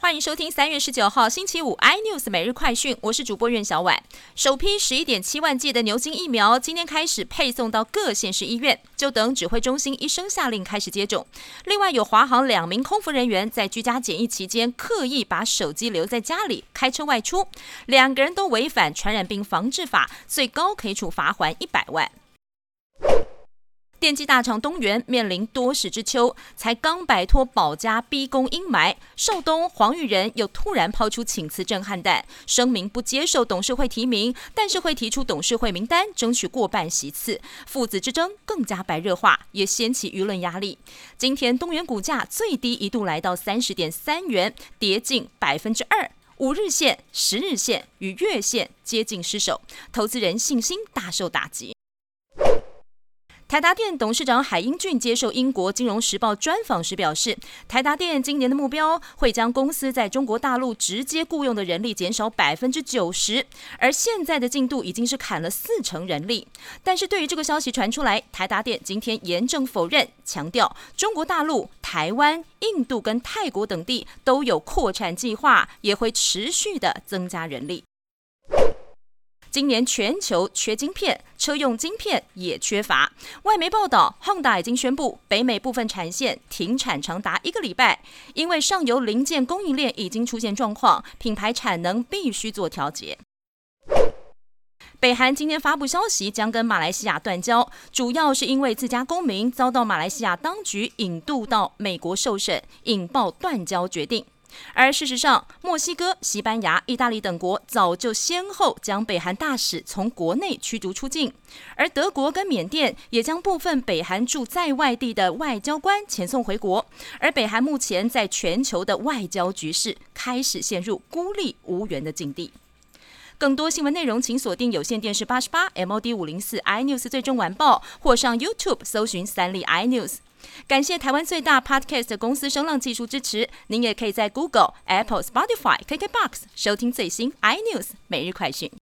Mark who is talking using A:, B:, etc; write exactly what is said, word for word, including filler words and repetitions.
A: 欢迎收听三月十九号星期五 iNews 每日快讯，我是主播苑小婉。首批十一点七万剂的牛津疫苗今天开始配送到各县市医院，就等指挥中心医生下令开始接种。另外，有华航两名空服人员在居家检疫期间刻意把手机留在家里，开车外出，两个人都违反传染病防治法，最高可以处罚锾一百万。电机大厂东元面临多事之秋，才刚摆脱保家逼宫阴霾，少东黄裕仁又突然抛出请辞震撼弹，声明不接受董事会提名，但是会提出董事会名单，争取过半席次。父子之争更加白热化，也掀起舆论压力。今天东元股价最低一度来到三十点三元，跌近百分之二。五日线、十日线与月线接近失守，投资人信心大受打击。台达电董事长海英俊接受英国金融时报专访时表示，台达电今年的目标会将公司在中国大陆直接雇佣的人力减少百分之九十，而现在的进度已经是砍了四成人力。但是对于这个消息传出来，台达电今天严正否认，强调中国大陆、台湾、印度跟泰国等地都有扩产计划，也会持续的增加人力。今年全球缺晶片，车用晶片也缺乏。外媒报道 ，Honda 已经宣布北美部分产线停产长达一个礼拜，因为上游零件供应链已经出现状况，品牌产能必须做调节。北韩今天发布消息，将跟马来西亚断交，主要是因为自家公民遭到马来西亚当局引渡到美国受审，引爆断交决定。而事实上，墨西哥、西班牙、意大利等国早就先后将北韩大使从国内驱逐出境，而德国跟缅甸也将部分北韩驻在外地的外交官遣送回国。而北韩目前在全球的外交局势开始陷入孤立无援的境地。更多新闻内容，请锁定有线电视八十八 M O D 五零四 iNews 最终晚报，或上 YouTube 搜寻三立 iNews。感谢台湾最大 Podcast 公司声浪技术支持。您也可以在 Google、Apple、Spotify、K K B O X 收听最新 iNews 每日快讯。